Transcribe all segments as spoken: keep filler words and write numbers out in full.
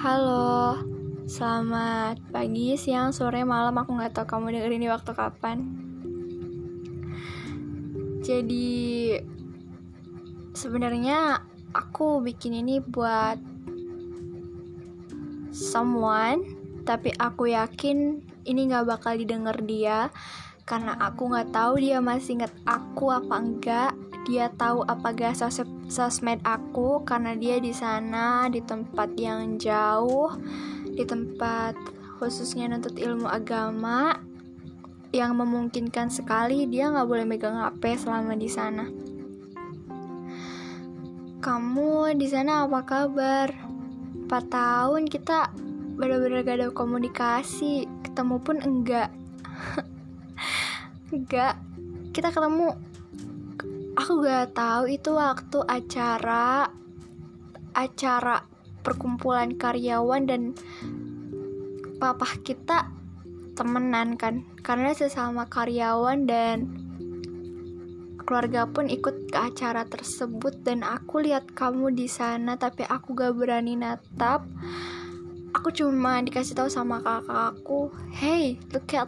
Halo, selamat pagi, siang, sore, malam. Aku gak tahu kamu dengerin di waktu kapan. Jadi sebenarnya aku bikin ini buat someone, tapi aku yakin ini gak bakal didengar dia, karena aku gak tahu dia masih ingat aku apa enggak. Dia tahu apa gak sos- sosmed aku, karena dia di sana, di tempat yang jauh, di tempat khususnya nuntut ilmu agama, yang memungkinkan sekali dia nggak boleh megang H P selama di sana. Kamu di sana apa kabar? empat tahun kita benar-benar gak ada komunikasi, ketemu pun enggak. enggak, kita ketemu. Aku gak tahu itu waktu acara acara perkumpulan karyawan dan papa kita temenan kan, karena sesama karyawan dan keluarga pun ikut ke acara tersebut. Dan aku lihat kamu di sana, tapi aku gak berani natap. Aku cuma dikasih tahu sama kakak aku, hey, look at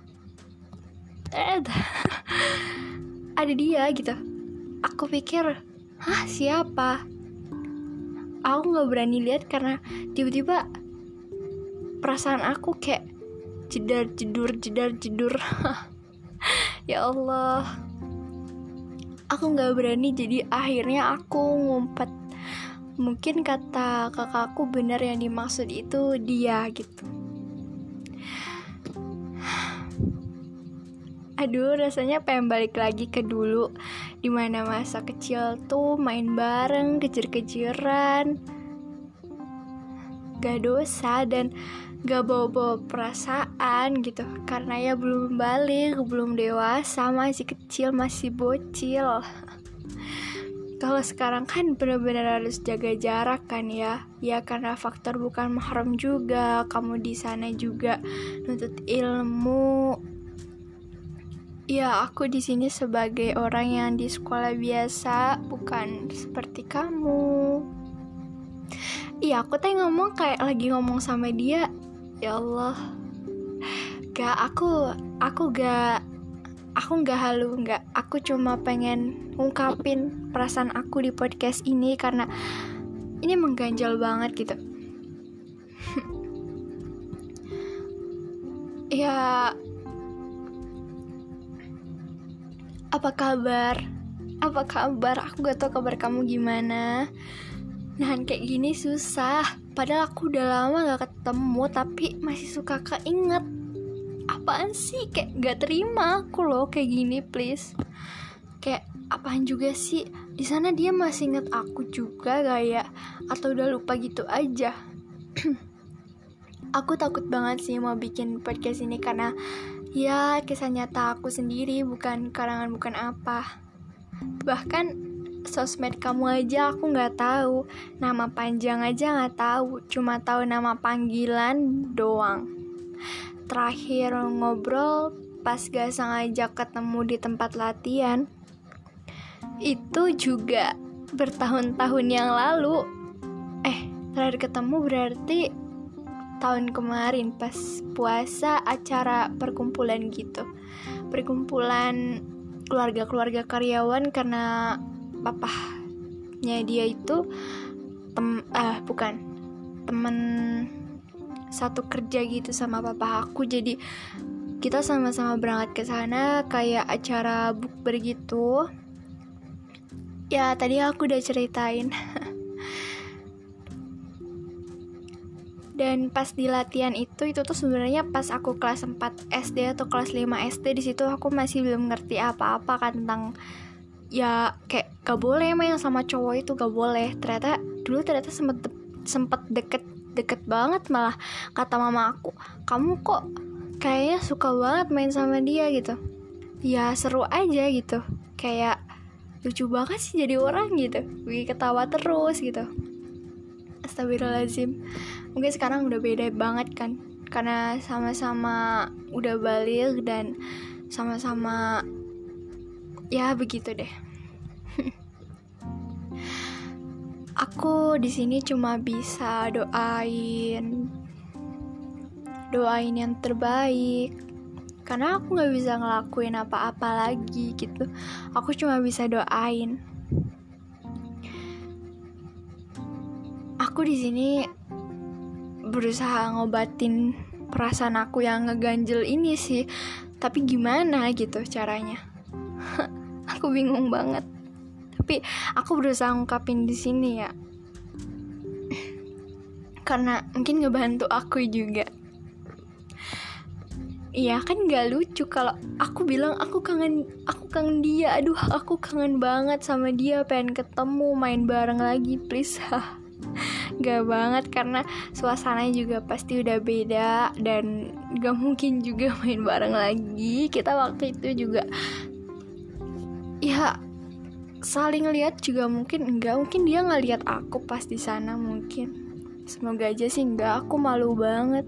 Ed. Ada dia gitu. Aku pikir, hah, siapa? Aku gak berani lihat karena tiba-tiba perasaan aku kayak jedar jedur jedar jedur. Ya Allah, aku gak berani. Jadi akhirnya aku ngumpet. Mungkin kata kakakku benar, yang dimaksud itu dia gitu. Aduh, rasanya pengen balik lagi ke dulu, dimana masa kecil tuh main bareng, kejar-kejaran, gak dosa dan gak bawa-bawa perasaan gitu. Karena ya belum balik, belum dewasa, masih kecil, masih bocil. Kalau sekarang kan benar-benar harus jaga jarak kan ya. Ya karena faktor bukan mahram juga, kamu di sana juga nuntut ilmu. Ya, aku di sini sebagai orang yang di sekolah biasa, bukan seperti kamu. Iya, aku tadi ngomong kayak lagi ngomong sama dia. Ya Allah, gak, aku, aku gak, aku gak halu, gak. Aku cuma pengen ngungkapin perasaan aku di podcast ini karena ini mengganjal banget gitu. Ya, apa kabar? Apa kabar? Aku gak tau kabar kamu gimana. Nahan kayak gini susah. Padahal aku udah lama gak ketemu, tapi masih suka keinget. Apaan sih? Kayak gak terima aku loh kayak gini, please. Kayak apaan juga sih? Di sana dia masih inget aku juga gak ya? Atau udah lupa gitu aja? Aku takut banget sih mau bikin podcast ini karena ya kisah nyata aku sendiri, bukan karangan, bukan apa. Bahkan sosmed kamu aja aku gak tahu, nama panjang aja gak tahu, cuma tahu nama panggilan doang. Terakhir ngobrol pas gak sengaja ketemu di tempat latihan, itu juga bertahun-tahun yang lalu. Eh, terakhir ketemu berarti tahun kemarin pas puasa, acara perkumpulan gitu, perkumpulan keluarga-keluarga karyawan, karena papahnya dia itu tem ah bukan temen satu kerja gitu sama papa aku. Jadi kita sama-sama berangkat ke sana kayak acara bukber gitu. Ya tadi aku udah ceritain. Dan pas di latihan itu, itu tuh sebenarnya pas aku kelas empat S D atau kelas lima S D. Di situ aku masih belum ngerti apa-apa kan tentang ya kayak gak boleh main sama cowok itu, gak boleh. Ternyata dulu ternyata sempet sempet deket deket banget, malah kata mama aku, kamu kok kayaknya suka banget main sama dia gitu. Ya seru aja gitu, kayak lucu banget sih jadi orang gitu, bikin ketawa terus gitu. Astagfirullahaladzim. Mungkin sekarang udah beda banget kan, karena sama-sama udah balik dan sama-sama ya begitu deh. Aku di sini cuma bisa doain doain yang terbaik, karena aku nggak bisa ngelakuin apa-apa lagi gitu. Aku cuma bisa doain. Aku di sini berusaha ngobatin perasaan aku yang ngeganjel ini sih, tapi gimana gitu caranya? Aku bingung banget. Tapi aku berusaha ngungkapin di sini ya, karena mungkin ngebantu aku juga. Iya kan nggak lucu kalau aku bilang aku kangen, aku kangen dia. Aduh, aku kangen banget sama dia, pengen ketemu, main bareng lagi, please. Gak banget, karena suasananya juga pasti udah beda dan gak mungkin juga main bareng lagi. Kita waktu itu juga ya saling lihat juga mungkin enggak, mungkin dia nggak lihat aku pas di sana, mungkin. Semoga aja sih enggak, aku malu banget.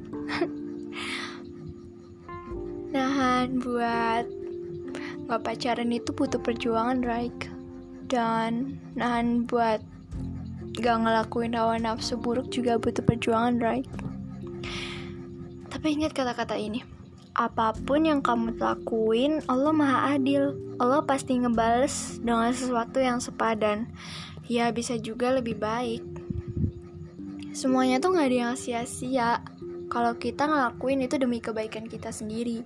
Nahan buat nggak pacaran itu butuh perjuangan, right? Dan nahan buat gak ngelakuin hawa nafsu buruk juga butuh perjuangan, right? Tapi ingat kata-kata ini, apapun yang kamu lakuin, Allah Maha Adil. Allah pasti ngebales dengan sesuatu yang sepadan. Ya bisa juga lebih baik. Semuanya tuh gak ada yang sia-sia kalau kita ngelakuin itu demi kebaikan kita sendiri.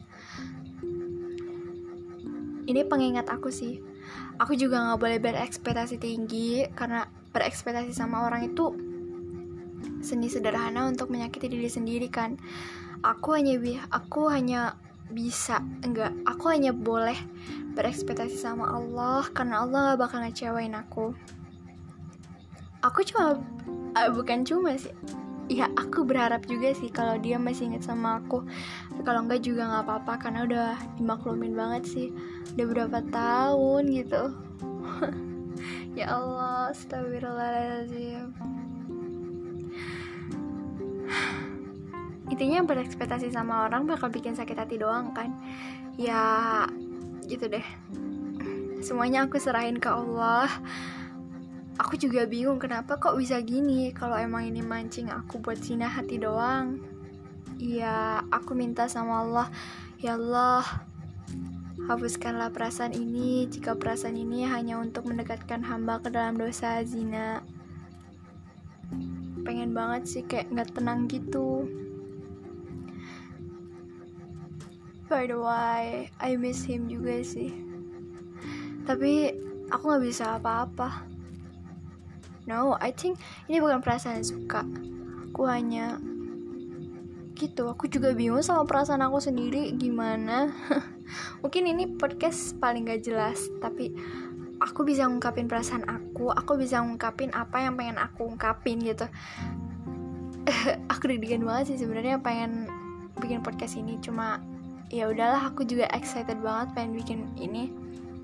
Ini pengingat aku sih. Aku juga gak boleh berekspektasi tinggi, karena berekspektasi sama orang itu seni sederhana untuk menyakiti diri sendiri kan. Aku hanya bi- aku hanya bisa enggak, aku hanya boleh berekspektasi sama Allah, karena Allah gak bakal ngecewain aku. Aku cuma uh, bukan cuma sih, ya aku berharap juga sih kalau dia masih ingat sama aku. Tapi kalau enggak juga gak apa-apa, karena udah dimaklumin banget sih, udah berapa tahun gitu. Ya Allah, astagfirullahaladzim. Intinya berekspektasi sama orang bakal bikin sakit hati doang kan. Ya gitu deh. Semuanya aku serahin ke Allah. Aku juga bingung kenapa kok bisa gini. Kalau emang ini mancing aku buat zina hati doang, ya aku minta sama Allah, ya Allah, hapuskanlah perasaan ini jika perasaan ini hanya untuk mendekatkan hamba ke dalam dosa zina. Pengen banget sih kayak gak tenang gitu. By the way, I miss him juga sih. Tapi aku gak bisa apa-apa. No, I think ini bukan perasaan suka. Aku hanya gitu, aku juga bingung sama perasaan aku sendiri gimana. Mungkin ini podcast paling gak jelas, tapi aku bisa ngungkapin perasaan aku. Aku bisa ngungkapin apa yang pengen aku ungkapin gitu. Aku deg-degan banget sih sebenarnya pengen bikin podcast ini, cuma ya udahlah, aku juga excited banget pengen bikin ini.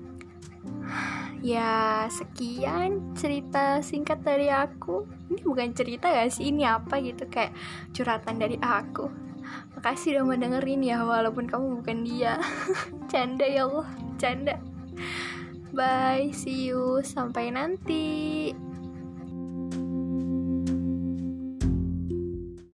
Ya sekian cerita singkat dari aku. Ini bukan cerita gak sih, ini apa gitu, kayak curhatan dari aku. Makasih udah mendengerin ya, walaupun kamu bukan dia. Canda ya Allah, canda. Bye, see you, sampai nanti.